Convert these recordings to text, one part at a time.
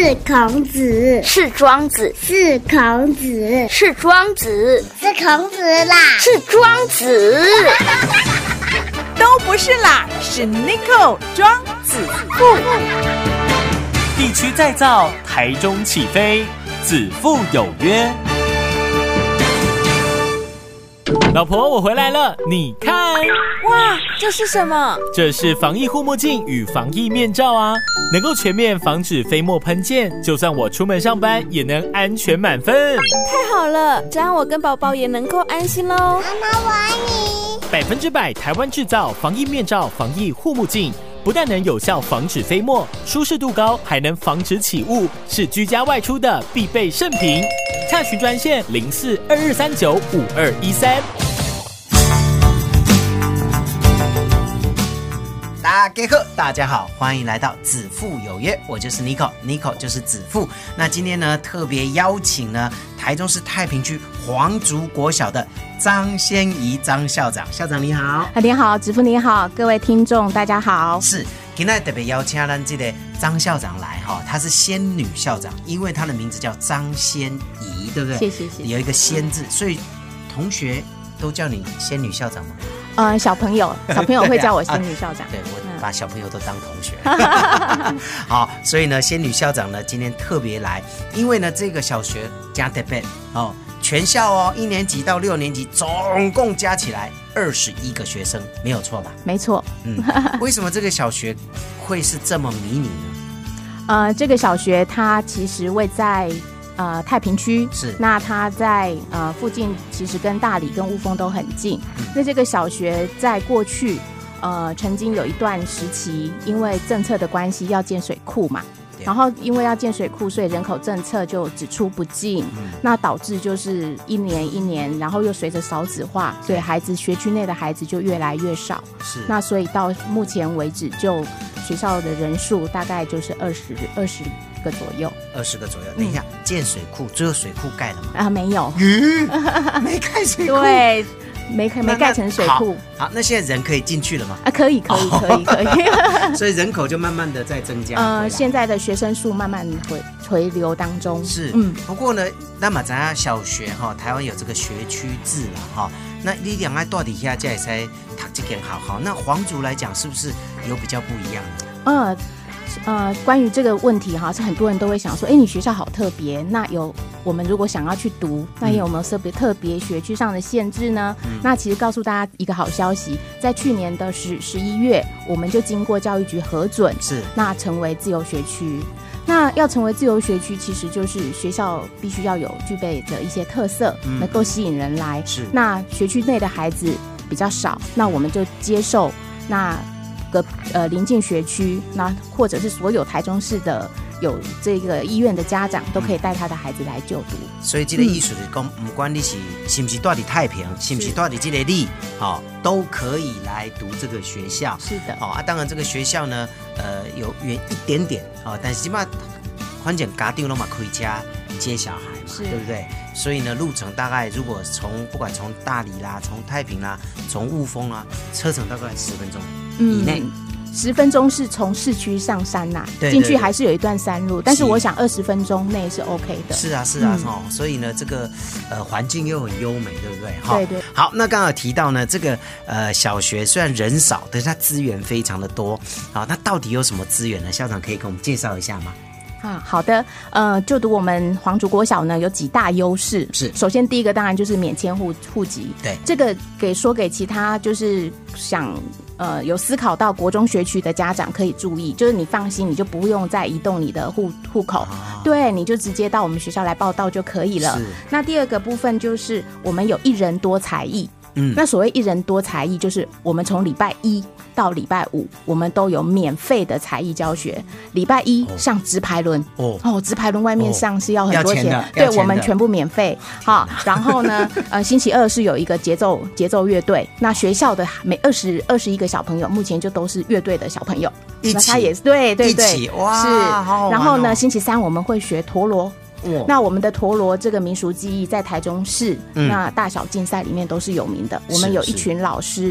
是孔子， 是庄子， 是孔子， 是庄子， 是孔子啦， 是庄子。 都不是啦，是 Nico 庄子富。 地区再造，台中起飞，子父有约。老婆，我回来了，你看， 哇，这是什么？ 这是防疫护目镜与防疫面罩啊，能够全面防止飞沫喷溅，就算我出门上班也能安全满分。 太好了，这样我跟宝宝也能够安心喽。 妈妈我爱你。 100%台湾制造防疫面罩、防疫护目镜，不但能有效防止飞沫，舒适度高，还能防止起雾，是居家外出的必备圣品。洽询专线0422395213。 大家好，欢迎来到子父有约，我就是 Nico 就是子父。那今天呢，特别邀请呢台中市太平区黄竹国小的张先怡张校长，校长你好。 你好，子父你好，各位听众大家好。 是，今天特别邀请咱这个张校长来哈，她是仙女校长，因为她的名字叫张先怡，对不对？ 谢谢。 有一个仙字，所以同学都叫你仙女校长吗？ 小朋友会叫我仙女校长。 对，我把小朋友都当同学。好，所以呢，仙女校长呢今天特别来，因为呢这个小学加特别哦，全校哦1年级到6年级总共加起来21个学生，没有错吧？ 没错。 为什么这个小学会是这么迷你呢？ 这个小学它其实位在太平区， 是， 那它在附近其实跟大里跟雾峰都很近。那这个小学在过去曾经有一段时期，因为政策的关系要建水库嘛，然后因为要建水库，所以人口政策就只出不进，那导致就是一年一年，然后又随着少子化，所以学区内的孩子就越来越少。 是， 那所以到目前为止，就学校的人数大概就是20个左右。 20个左右。等一下，建水库，最后水库盖了吗？ 没有。 没盖水库。 对，没盖成水库。 好，那现在人可以进去了吗？ 可以。 所以人口就慢慢的在增加。 现在的学生数慢慢回流当中。 是，不过呢，那么咱家小学哈，台湾有这个学区制了哈。那你两岸到底下才读这间好，那黄竹来讲是不是有比较不一样的？ 关于这个问题哈，是很多人都会想说，你学校好特别，那我们如果想要去读，那有没有特别学区上的限制呢？那其实告诉大家一个好消息，在去年的11月，我们就经过教育局核准， 是，那成为自由学区。那要成为自由学区，其实就是学校必须要有具备的一些特色，能够吸引人来。 是， 那学区内的孩子比较少，那我们就接受邻近学区，那或者是所有台中市的有这个医院的家长都可以带他的孩子来就读。 所以这个意思就是说，不管你是不是住在太平，是不是住在这个里，都可以来读这个学校。 是的。 当然这个学校呢，有远一点点，但是起码反正家长都嘛可以接小孩嘛，对不对？所以呢，路程大概如果不管从大里啦，从太平啦，从雾峰啦，车程大概10分钟以内。 10分钟是从市区上山呐，进去还是有一段山路，但是我想20分钟内是 OK 的。 是啊，所以呢，这个环境又很优美，对不对？ 对。 好，那刚刚提到呢，这个小学虽然人少，但是它资源非常的多。好，那到底有什么资源呢？校长可以给我们介绍一下吗？ 好的，就读我们黄竹国小呢，有几大优势。 是， 首先第一个当然就是免迁户籍。 对， 这个给其他就是想有思考到国中学区的家长可以注意，就是你放心，你就不用再移动你的户口，对，你就直接到我们学校来报到就可以了。那第二个部分就是我们有1人多才艺。那所谓1人多才艺，就是我们从礼拜1到礼拜5，我们都有免费的才艺教学。礼拜1上直排轮，直排轮外面上是要很多钱，对，我们全部免费。好，然后呢，星期2是有一个节奏乐队，那学校的每21个小朋友，目前就都是乐队的小朋友， 一起， 他也是对， 哇， 是。然后呢，星期3我们会学陀螺。那我们的陀螺这个民俗技艺在台中市那大小竞赛里面都是有名的。我们有一群老师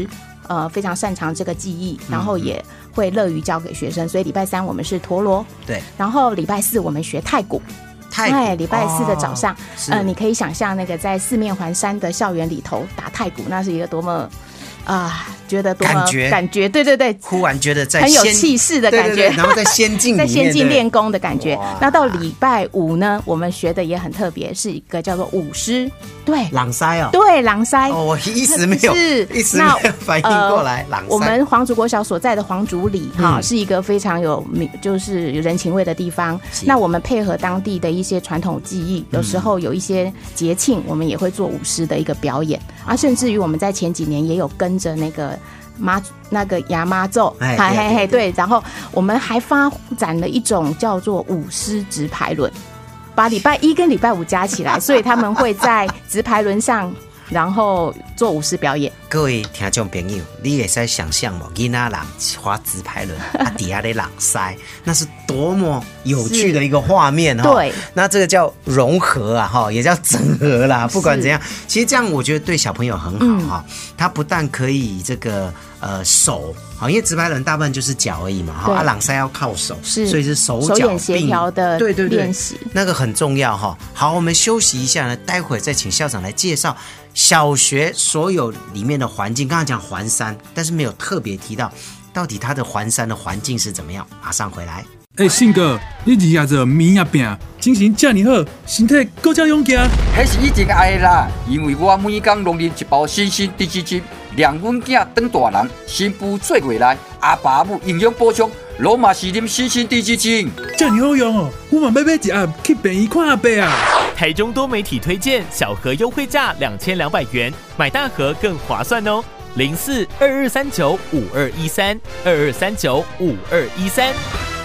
非常擅长这个技艺，然后也会乐于教给学生，所以礼拜3我们是陀螺， 对， 然后礼拜4我们学太鼓。礼拜4的早上，你可以想象那个在四面环山的校园里头打太鼓，那是一个多么觉得多么感觉，对对对， 忽然觉得在很有气势的感觉， 对对对，然后在仙境里面， 在仙境练功的感觉。那到礼拜5呢，我们学的也很特别，是一个叫做舞狮，对， 朗塞哦， 对，朗塞。 我一时没有反应过来。朗塞， 我们黄竹国小所在的黄竹里是一个非常有就是有人情味的地方。那我们配合当地的一些传统技艺，有时候有一些节庆，我们也会做舞狮的一个表演甚至于我们在前几年也有跟着那个牙妈咒，对，然后我们还发展了一种叫做舞狮直排轮，把礼拜1跟礼拜5加起来，所以他们会在直排轮上，然后做舞狮表演。 各位听众朋友，你也在想象吗？囡仔人滑直排轮，底下的朗塞，那是多么有趣的一个画面哈！对，那这个叫融合也叫整合啦。不管怎样，其实这样我觉得对小朋友很好哈。他不但可以这个手因为直排轮大部分就是脚而已嘛朗塞要靠手，所以是手眼协调的练习， 那个很重要哈。好，我们休息一下呢，待会再请校长来介绍小学所有里面的环境。刚才讲环山，但是没有特别提到到底它的环山的环境是怎么样。马上回来。 信哥，你日夜做面也拼，精神这么好，身体更加勇健。 那是以前爱的啦，因为我每天拢啉一包新鲜低脂精，让阮囝当大人，新妇做过来，阿爸母营养补充，罗马是啉新鲜低脂精。 这么好用我嘛要买一盒去便医看阿伯啊。 台中多媒体推荐小盒优惠价2200元，买大盒更划算哦。04-2239-5213，2239-5213。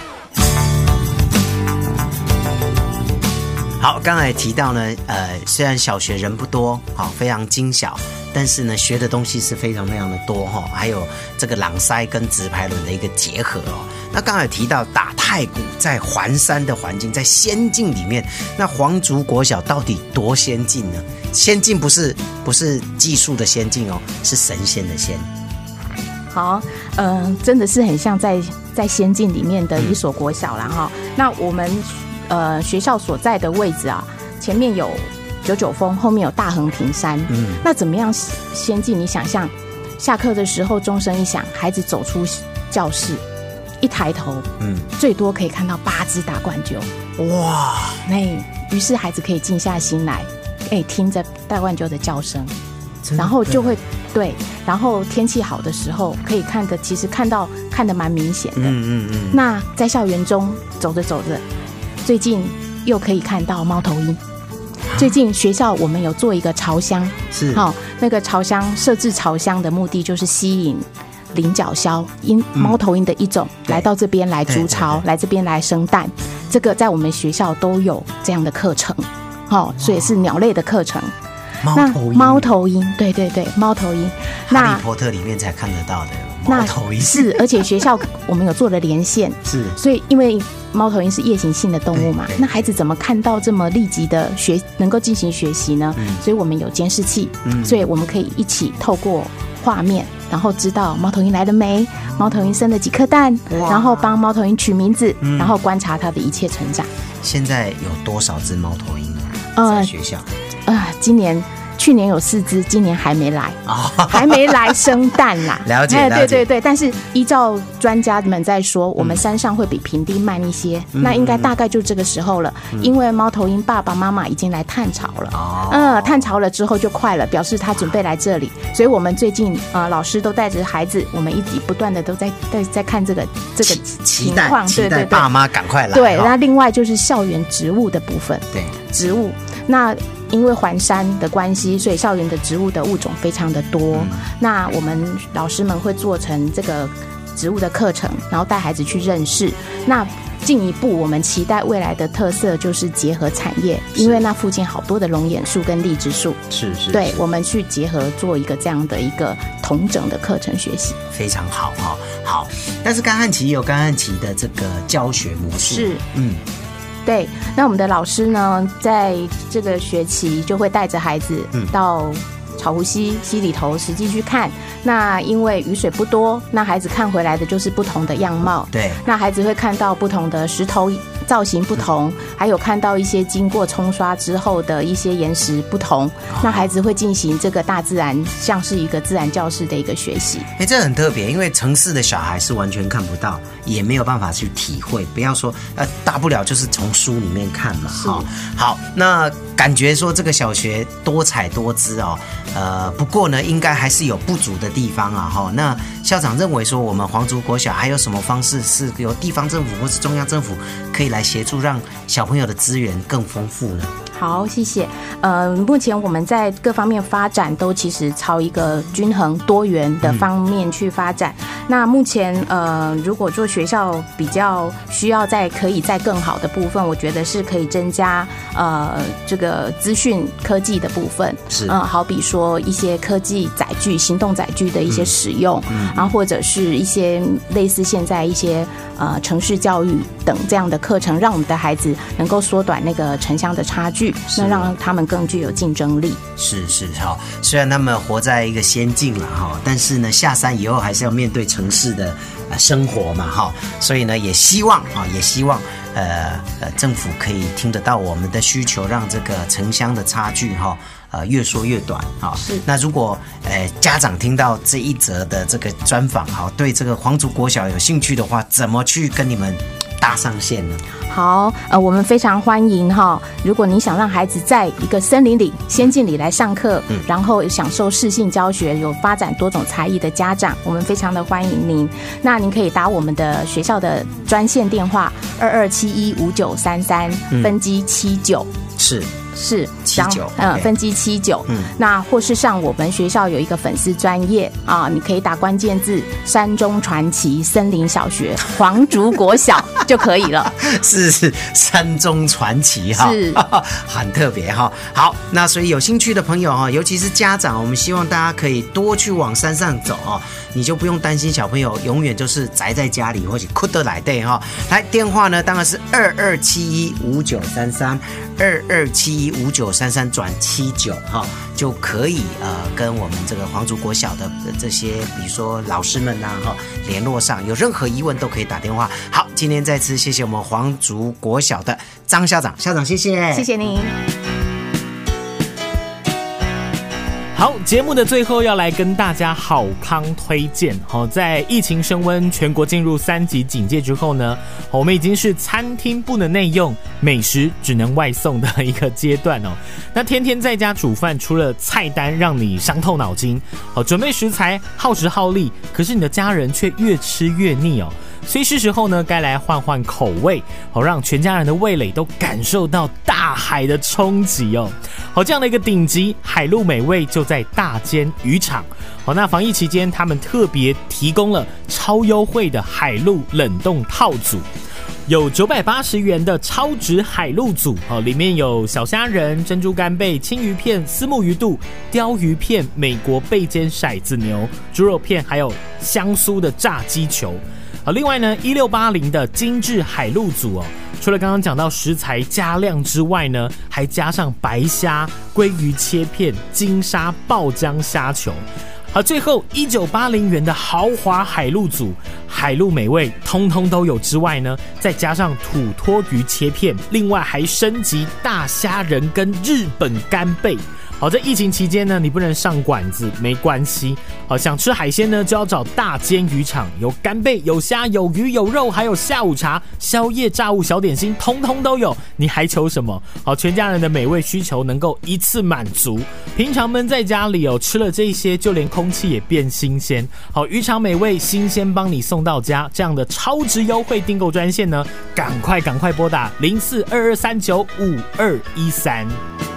好，刚才提到呢，虽然小学人不多，非常精小，但是呢，学的东西是非常的多还有这个朗塞跟直排轮的一个结合那刚才提到打太鼓，在环山的环境，在仙境里面，那黄竹国小到底多先进呢？先进不是技术的先进是神仙的仙。 好，真的是很像在仙境里面的一所国小啦那我们学校所在的位置前面有99峰，后面有大横屏山。那怎么样先进？你想象，下课的时候钟声一响，孩子走出教室，一抬头，最多可以看到8只大冠鸠。哇！于是孩子可以静下心来，听着大冠鸠的叫声，然后就会对，然后天气好的时候可以其实看得蛮明显的。那在校园中走着走着，最近又可以看到猫头鹰。最近学校我们有做一个巢箱，是那个巢箱设置巢箱的目的就是吸引菱角鸮猫头鹰的一种来到这边来筑巢，来这边来生蛋。这个在我们学校都有这样的课程，所以是鸟类的课程。猫头鹰，对对对，猫头鹰。 哈利波特里面才看得到的猫头鹰是，而且学校我们有做了连线，是，所以因为猫头鹰是夜行性的动物嘛，那孩子怎么看到这么立即的能够进行学习呢？所以我们有监视器，所以我们可以一起透过画面，然后知道猫头鹰来了没，猫头鹰生了几颗蛋，然后帮猫头鹰取名字，然后观察它的一切成长。 现在有多少只猫头鹰在学校？ 去年有4只，今年还没来，还没来生蛋啦。 了解， 对对对。但是依照专家们在说，我们山上会比平地慢一些，那应该大概就这个时候了，因为猫头鹰爸爸妈妈已经来探巢了。探巢了之后就快了，表示他准备来这里。所以我们最近老师都带着孩子，我们一直不断的都在看这个情况， 期待爸妈赶快来。 对，那另外就是校园植物的部分，对，植物那。因为环山的关系，所以校园的植物的物种非常的多。那我们老师们会做成这个植物的课程，然后带孩子去认识。那进一步，我们期待未来的特色就是结合产业，因为那附近好多的龙眼树跟荔枝树，是，对，我们去结合做一个这样的一个统整的课程学习， 非常好好。但是甘汉旗也有甘汉旗的这个教学模式， 是，对，那我们的老师呢，在这个学期就会带着孩子到草湖溪里头实际去看。那因为雨水不多，那孩子看回来的就是不同的样貌。 对， 那孩子会看到不同的石头造型不同，还有看到一些经过冲刷之后的一些岩石不同。那孩子会进行这个大自然，像是一个自然教室的一个学习。 这很特别，因为城市的小孩是完全看不到，也没有办法去体会。不要说大不了就是从书里面看嘛。好，那感觉说这个小学多彩多姿哦。不过呢，应该还是有不足的地方啊。那校长认为说，我们黄竹国小还有什么方式是由地方政府或是中央政府可以来协助，让小朋友的资源更丰富呢？ 好，谢谢。目前我们在各方面发展都其实朝一个均衡多元的方面去发展。那目前如果做学校比较需要可以在更好的部分，我觉得是可以增加这个资讯科技的部分。 是好比说一些科技载具、行动载具的一些使用，然后或者是一些类似现在一些城市教育等这样的课程，让我们的孩子能够缩短那个城乡的差距。那让他们更具有竞争力。 是好，虽然他们活在一个仙境了哈，但是呢，下山以后还是要面对城市的生活嘛哈，所以呢，也希望政府可以听得到我们的需求，让这个城乡的差距越缩越短哈。是。那如果家长听到这一则的这个专访对这个黄竹国小有兴趣的话，怎么去跟你们搭上线呢？ 好，我们非常欢迎哈。如果你想让孩子在一个森林里、仙境里来上课，然后享受适性教学，有发展多种才艺的家长，我们非常的欢迎您。那您可以打我们的学校的专线电话22715933，分机79。是79，分机79。那或是上我们学校有一个粉丝专页啊，你可以打关键字“山中传奇森林小学黄竹国小”就可以了。是山中传奇哈，是很特别哈。好，那所以有兴趣的朋友哈，尤其是家长，我们希望大家可以多去往山上走哦，你就不用担心小朋友永远就是宅在家里或者哭得来对哈。来电话呢，当然是22715933，22715933转79哈，就可以跟我们这个黄竹国小的这些，比如说老师们呐哈联络上，有任何疑问都可以打电话。好，今天再次谢谢我们黄竹国小的张校长，校长谢谢， 谢谢您。 好，节目的最后要来跟大家好康推荐。在疫情升温，全国进入3级警戒之后呢，我们已经是餐厅不能内用，美食只能外送的一个阶段哦。那天天在家煮饭，除了菜单让你伤透脑筋，准备食材耗时耗力，可是你的家人却越吃越腻哦。所以是时候呢，该来换换口味，让全家人的味蕾都感受到大海的冲击哦。这样的一个顶级海陆美味就在大间渔场。那防疫期间，他们特别提供了超优惠的海陆冷冻套组，有980元的超值海陆组，里面有小虾仁、珍珠干贝、青鱼片、丝木鱼肚、鲷鱼片、美国贝煎骰子牛、猪肉片，还有香酥的炸鸡球。另外呢，1680的精致海陆组除了刚刚讲到食材加量之外呢，还加上白虾、鲑鱼切片、金沙爆浆虾球。最后1980元的豪华海陆组，海陆美味通通都有之外呢，再加上土托鱼切片，另外还升级大虾仁跟日本干贝。在疫情期间呢，你不能上馆子没关系，想吃海鲜呢就要找大间渔场，有干贝、有虾、有鱼、有肉，还有下午茶、宵夜、炸物、小点心，通通都有，你还求什么？全家人的美味需求能够一次满足。平常闷在家里吃了这些，就连空气也变新鲜。渔场美味新鲜帮你送到家，这样的超值优惠订购专线呢，赶快拨打0422395213。